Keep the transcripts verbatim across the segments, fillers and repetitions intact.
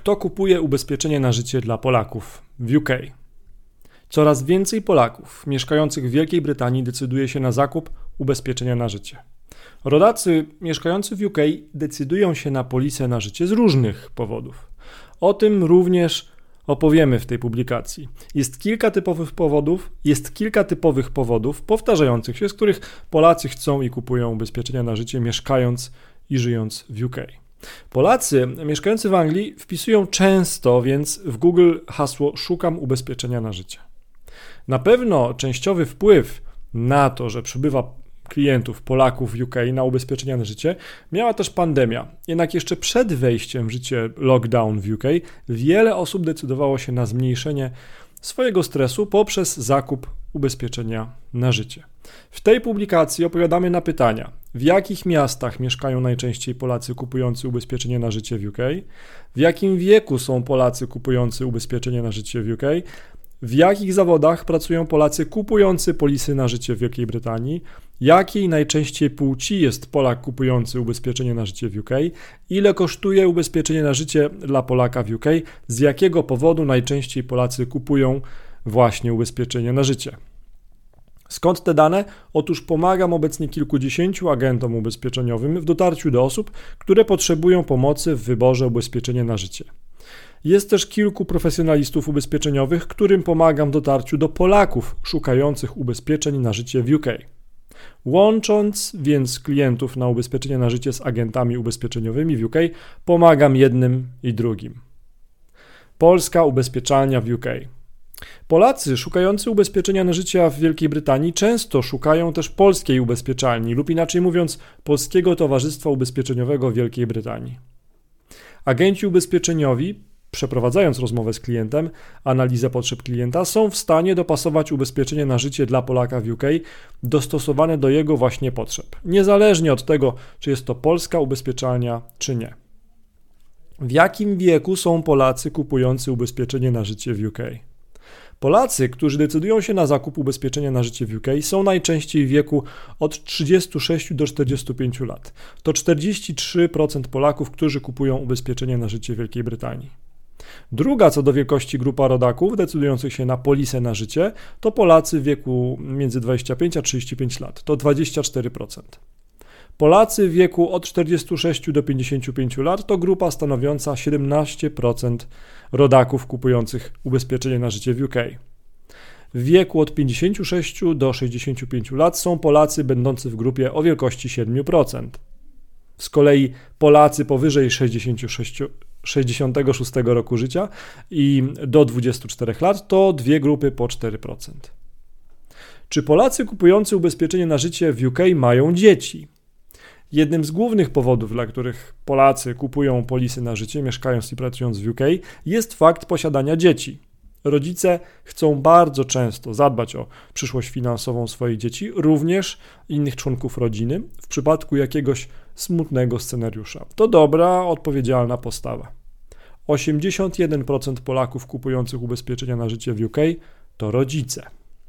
Kto kupuje ubezpieczenie na życie dla Polaków w U K? Coraz więcej Polaków mieszkających w Wielkiej Brytanii decyduje się na zakup ubezpieczenia na życie. Rodacy mieszkający w U K decydują się na polisę na życie z różnych powodów. O tym również opowiemy w tej publikacji. Jest kilka typowych powodów, jest kilka typowych powodów powtarzających się, z których Polacy chcą i kupują ubezpieczenia na życie, mieszkając i żyjąc w U K. Polacy mieszkający w Anglii wpisują często więc w Google hasło „szukam ubezpieczenia na życie”. Na pewno częściowy wpływ na to, że przybywa klientów, Polaków w U K na ubezpieczenia na życie, miała też pandemia. Jednak jeszcze przed wejściem w życie lockdown w U K wiele osób decydowało się na zmniejszenie swojego stresu poprzez zakup ubezpieczenia na życie. W tej publikacji opowiadamy na pytania: w jakich miastach mieszkają najczęściej Polacy kupujący ubezpieczenie na życie w U K? W jakim wieku są Polacy kupujący ubezpieczenie na życie w U K? W jakich zawodach pracują Polacy kupujący polisy na życie w Wielkiej Brytanii? Jakiej najczęściej płci jest Polak kupujący ubezpieczenie na życie w U K? Ile kosztuje ubezpieczenie na życie dla Polaka w U K? Z jakiego powodu najczęściej Polacy kupują właśnie ubezpieczenie na życie? Skąd te dane? Otóż pomagam obecnie kilkudziesięciu agentom ubezpieczeniowym w dotarciu do osób, które potrzebują pomocy w wyborze ubezpieczenia na życie. Jest też kilku profesjonalistów ubezpieczeniowych, którym pomagam w dotarciu do Polaków szukających ubezpieczeń na życie w U K. Łącząc więc klientów na ubezpieczenia na życie z agentami ubezpieczeniowymi w U K, pomagam jednym i drugim. Polska ubezpieczalnia w U K. Polacy szukający ubezpieczenia na życie w Wielkiej Brytanii często szukają też polskiej ubezpieczalni lub inaczej mówiąc Polskiego Towarzystwa Ubezpieczeniowego w Wielkiej Brytanii. Agenci ubezpieczeniowi, przeprowadzając rozmowę z klientem, analizę potrzeb klienta, są w stanie dopasować ubezpieczenie na życie dla Polaka w U K dostosowane do jego właśnie potrzeb, niezależnie od tego, czy jest to polska ubezpieczalnia, czy nie. W jakim wieku są Polacy kupujący ubezpieczenie na życie w U K? Polacy, którzy decydują się na zakup ubezpieczenia na życie w U K, są najczęściej w wieku od trzydziestu sześciu do czterdziestu pięciu lat. To czterdzieści trzy procent Polaków, którzy kupują ubezpieczenie na życie w Wielkiej Brytanii. Druga co do wielkości grupa rodaków decydujących się na polisę na życie to Polacy w wieku między dwudziestu pięciu a trzydziestu pięciu lat. To dwadzieścia cztery procent. Polacy w wieku od czterdziestu sześciu do pięćdziesięciu pięciu lat to grupa stanowiąca siedemnaście procent rodaków kupujących ubezpieczenie na życie w U K. W wieku od pięćdziesięciu sześciu do sześćdziesięciu pięciu lat są Polacy będący w grupie o wielkości siedem procent. Z kolei Polacy powyżej sześćdziesiątego szóstego roku życia i do dwudziestu czterech lat to dwie grupy po cztery procent. Czy Polacy kupujący ubezpieczenie na życie w U K mają dzieci? Jednym z głównych powodów, dla których Polacy kupują polisy na życie, mieszkając i pracując w U K, jest fakt posiadania dzieci. Rodzice chcą bardzo często zadbać o przyszłość finansową swoich dzieci, również innych członków rodziny, w przypadku jakiegoś smutnego scenariusza. To dobra, odpowiedzialna postawa. osiemdziesiąt jeden procent Polaków kupujących ubezpieczenia na życie w U K to rodzice.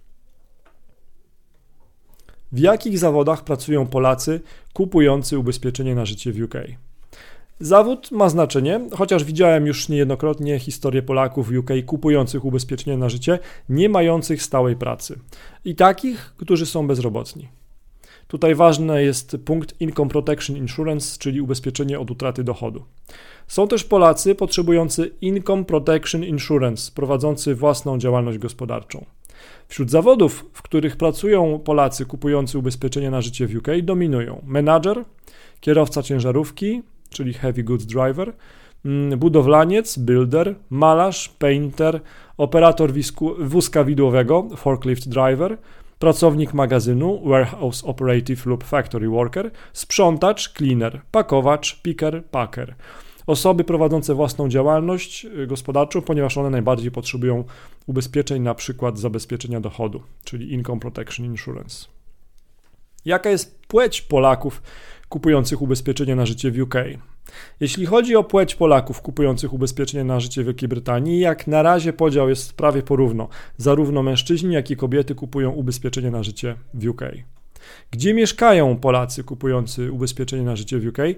W jakich zawodach pracują Polacy kupujący ubezpieczenie na życie w U K? Zawód ma znaczenie, chociaż widziałem już niejednokrotnie historię Polaków w U K kupujących ubezpieczenie na życie, nie mających stałej pracy i takich, którzy są bezrobotni. Tutaj ważny jest punkt Income Protection Insurance, czyli ubezpieczenie od utraty dochodu. Są też Polacy potrzebujący Income Protection Insurance, prowadzący własną działalność gospodarczą. Wśród zawodów, w których pracują Polacy kupujący ubezpieczenie na życie w U K, dominują menadżer, kierowca ciężarówki, czyli heavy goods driver, budowlaniec, builder, malarz, painter, operator wisku, wózka widłowego, forklift driver, pracownik magazynu, warehouse operative lub factory worker, sprzątacz, cleaner, pakowacz, picker, packer. Osoby prowadzące własną działalność gospodarczą, ponieważ one najbardziej potrzebują ubezpieczeń, na przykład zabezpieczenia dochodu, czyli Income Protection Insurance. Jaka jest płeć Polaków kupujących ubezpieczenie na życie w U K? Jeśli chodzi o płeć Polaków kupujących ubezpieczenie na życie w Wielkiej Brytanii, jak na razie podział jest prawie porówno. Zarówno mężczyźni, jak i kobiety kupują ubezpieczenie na życie w U K. Gdzie mieszkają Polacy kupujący ubezpieczenie na życie w U K?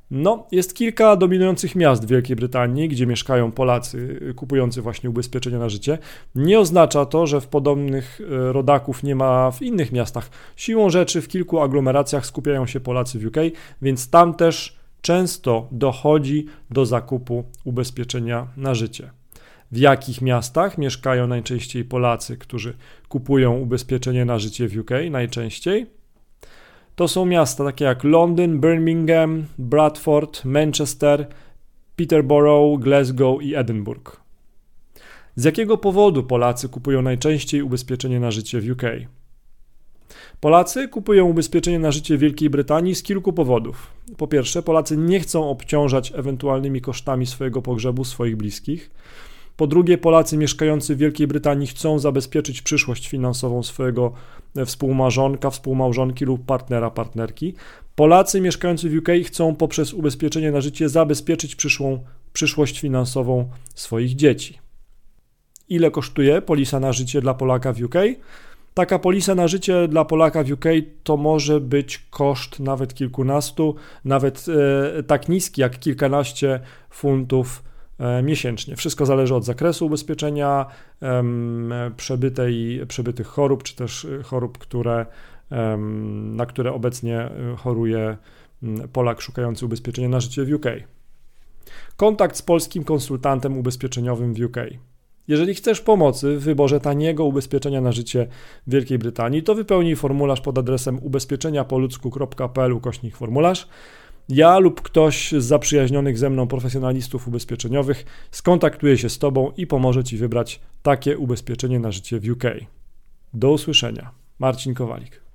No, jest kilka dominujących miast w Wielkiej Brytanii, gdzie mieszkają Polacy kupujący właśnie ubezpieczenia na życie. Nie oznacza to, że w podobnych rodaków nie ma w innych miastach. Siłą rzeczy w kilku aglomeracjach skupiają się Polacy w U K, więc tam też często dochodzi do zakupu ubezpieczenia na życie. W jakich miastach mieszkają najczęściej Polacy, którzy kupują ubezpieczenie na życie w U K najczęściej? To są miasta takie jak Londyn, Birmingham, Bradford, Manchester, Peterborough, Glasgow i Edynburg. Z jakiego powodu Polacy kupują najczęściej ubezpieczenie na życie w U K? Polacy kupują ubezpieczenie na życie w Wielkiej Brytanii z kilku powodów. Po pierwsze, Polacy nie chcą obciążać ewentualnymi kosztami swojego pogrzebu swoich bliskich. Po drugie, Polacy mieszkający w Wielkiej Brytanii chcą zabezpieczyć przyszłość finansową swojego współmarzonka, współmałżonki lub partnera, partnerki. Polacy mieszkający w U K chcą poprzez ubezpieczenie na życie zabezpieczyć przyszłą przyszłość finansową swoich dzieci. Ile kosztuje polisa na życie dla Polaka w U K? Taka polisa na życie dla Polaka w U K to może być koszt nawet kilkunastu, nawet e, tak niski jak kilkanaście funtów miesięcznie. Wszystko zależy od zakresu ubezpieczenia, przebytej, przebytych chorób, czy też chorób, które, na które obecnie choruje Polak szukający ubezpieczenia na życie w U K. Kontakt z polskim konsultantem ubezpieczeniowym w U K. Jeżeli chcesz pomocy w wyborze taniego ubezpieczenia na życie w Wielkiej Brytanii, to wypełnij formularz pod adresem ubezpieczeniapoludzku kropka p l ukośnik formularz. Ja lub ktoś z zaprzyjaźnionych ze mną profesjonalistów ubezpieczeniowych skontaktuje się z Tobą i pomoże Ci wybrać takie ubezpieczenie na życie w U K. Do usłyszenia. Marcin Kowalik.